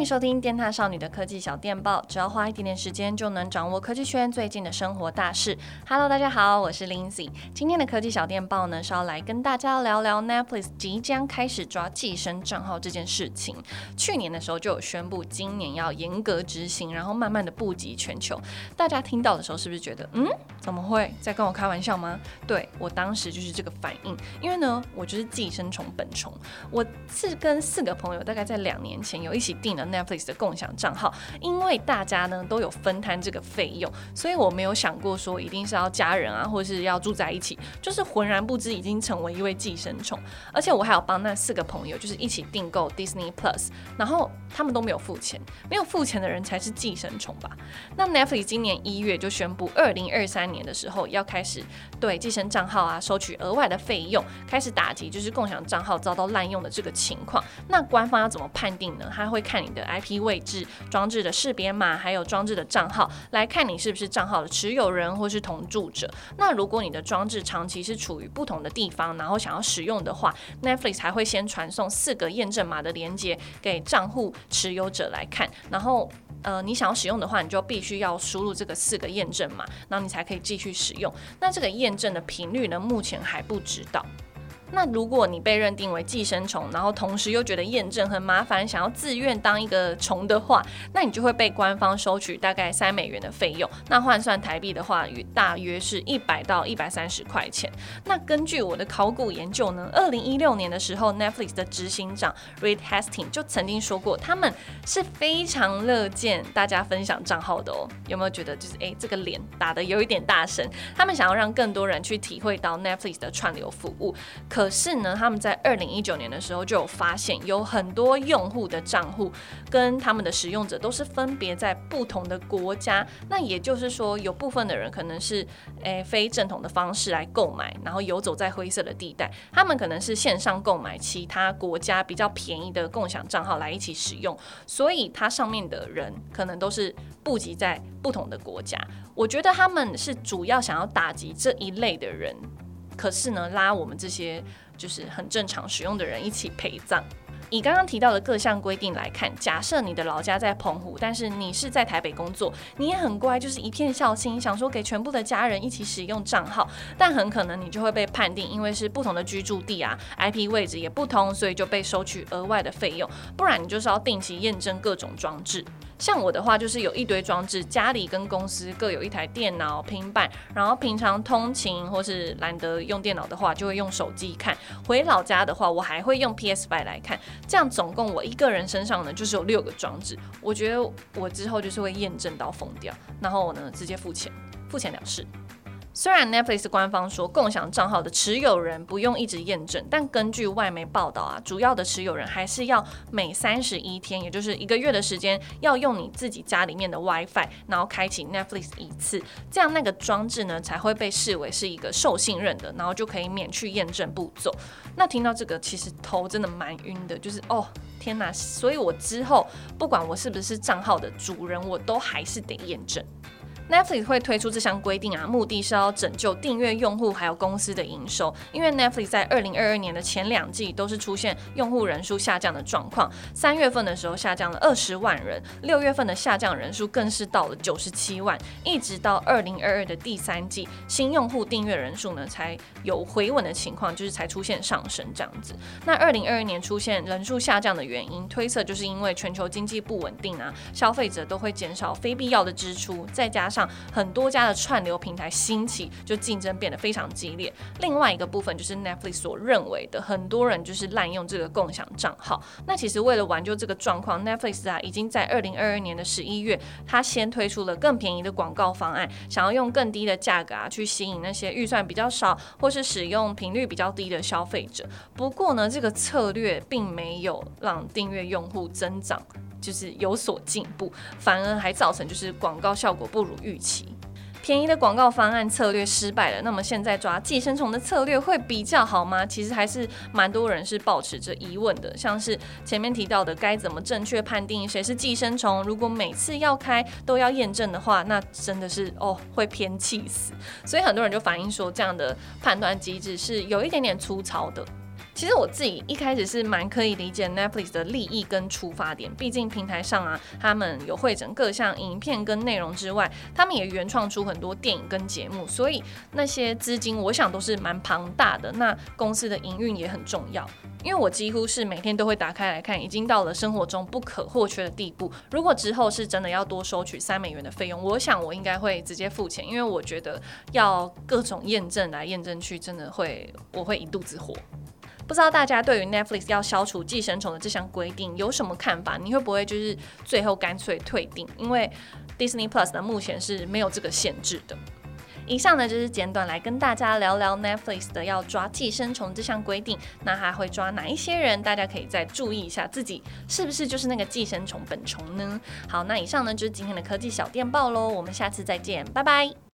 收听电獺少女的科技小电报，只要花一点点时间就能掌握科技圈最近的生活大事。Hello， 大家好，我是 Lindsay。今天的科技小电报呢，是要来跟大家聊聊 Netflix 即将开始抓寄生账号这件事情。去年的时候就有宣布，今年要严格执行，然后慢慢的布及全球。大家听到的时候是不是觉得，怎么会在跟我开玩笑吗？对，我当时就是这个反应，因为呢，我就是寄生虫本虫。我是跟4个朋友，大概在2年前有一起订了 Netflix 的共享账号，因为大家呢都有分摊这个费用，所以我没有想过说一定是要家人啊，或是要住在一起，就是浑然不知已经成为一位寄生虫。而且我还有帮那4个朋友就是一起订购 Disney Plus， 然后他们都没有付钱，没有付钱的人才是寄生虫吧？那 Netflix 今年1月就宣布，2023年的时候要开始对寄生账号啊收取额外的费用，开始打击就是共享账号遭到滥用的这个情况。那官方要怎么判定呢？他会看你的 IP 位置、装置的识别码，还有装置的账号，来看你是不是账号的持有人或是同住者。那如果你的装置长期是处于不同的地方，然后想要使用的话， Netflix 还会先传送4个验证码的连结给账户持有者来看，然后你想要使用的话，你就必须要输入这个4个验证码，然后你才可以继续使用。那这个验证的频率呢，目前还不知道。那如果你被认定为寄生虫，然后同时又觉得验证很麻烦，想要自愿当一个虫的话，那你就会被官方收取大概$3的费用。那换算台币的话，大约是100到130块钱。那根据我的考古研究呢，2016年的时候 ，Netflix 的执行长 Reed Hastings 就曾经说过，他们是非常乐见大家分享账号的哦。有没有觉得就是这个脸打得有一点大声？他们想要让更多人去体会到 Netflix 的串流服务。可是呢，他们在2019年的时候就有发现，有很多用户的账户跟他们的使用者都是分别在不同的国家。那也就是说，有部分的人可能是非正统的方式来购买，然后游走在灰色的地带。他们可能是线上购买其他国家比较便宜的共享账号来一起使用，所以它上面的人可能都是布集在不同的国家。我觉得他们是主要想要打击这一类的人。可是呢，拉我们这些就是很正常使用的人一起陪葬。以刚刚提到的各项规定来看，假设你的老家在澎湖，但是你是在台北工作，你也很乖，就是一片孝心，想说给全部的家人一起使用账号，但很可能你就会被判定，因为是不同的居住地啊 ，IP 位置也不同，所以就被收取额外的费用，不然你就是要定期验证各种装置。像我的话，就是有一堆装置，家里跟公司各有一台电脑、平板，然后平常通勤或是懒得用电脑的话，就会用手机看。回老家的话，我还会用 PS5 来看。这样总共我一个人身上呢，就是有6个装置。我觉得我之后就是会验证到疯掉，然后呢直接付钱了事。虽然 Netflix 官方说共享账号的持有人不用一直验证，但根据外媒报道啊，主要的持有人还是要每31天，也就是1个月的时间，要用你自己家里面的 WiFi， 然后开启 Netflix 一次，这样那个装置呢才会被视为是一个受信任的，然后就可以免去验证步骤。那听到这个，其实头真的蛮晕的，就是天哪！所以我之后不管我是不是账号的主人，我都还是得验证。Netflix 会推出这项规定啊，目的是要拯救订阅用户还有公司的营收。因为 Netflix 在2022年的前2季都是出现用户人数下降的状况，3月份的时候下降了20万人，6月份的下降人数更是到了97万，一直到2022的第3季，新用户订阅人数呢才有回稳的情况，就是才出现上升这样子。那2022年出现人数下降的原因，推测就是因为全球经济不稳定啊，消费者都会减少非必要的支出，再加上很多家的串流平台兴起，就竞争变得非常激烈。另外一个部分就是 Netflix 所认为的，很多人就是滥用这个共享账号。那其实为了挽救这个状况， Netflix 啊已经在2022年的11月，它先推出了更便宜的广告方案，想要用更低的价格啊去吸引那些预算比较少或是使用频率比较低的消费者。不过呢，这个策略并没有让订阅用户增长就是有所进步，反而还造成就是广告效果不如预期。便宜的广告方案策略失败了，那么现在抓寄生虫的策略会比较好吗？其实还是蛮多人是抱持着疑问的，像是前面提到的该怎么正确判定谁是寄生虫，如果每次要开都要验证的话，那真的是会偏气死。所以很多人就反映说，这样的判断机制是有一点点粗糙的。 其实我自己一开始是蛮可以理解 Netflix 的利益跟出发点，毕竟平台上啊，他们有汇整各项影片跟内容之外，他们也原创出很多电影跟节目，所以那些资金我想都是蛮庞大的。那公司的营运也很重要，因为我几乎是每天都会打开来看，已经到了生活中不可或缺的地步。如果之后是真的要多收取$3的费用，我想我应该会直接付钱，因为我觉得要各种验证来验证去，真的我会一肚子火。不知道大家对于 Netflix 要消除寄生虫的这项规定有什么看法？你会不会就是最后干脆退订？因为 Disney Plus 呢目前是没有这个限制的。以上呢就是简短来跟大家聊聊 Netflix 的要抓寄生虫这项规定，那还会抓哪一些人？大家可以再注意一下自己是不是就是那个寄生虫本虫呢？好，那以上呢就是今天的科技小电报咯，我们下次再见，拜拜。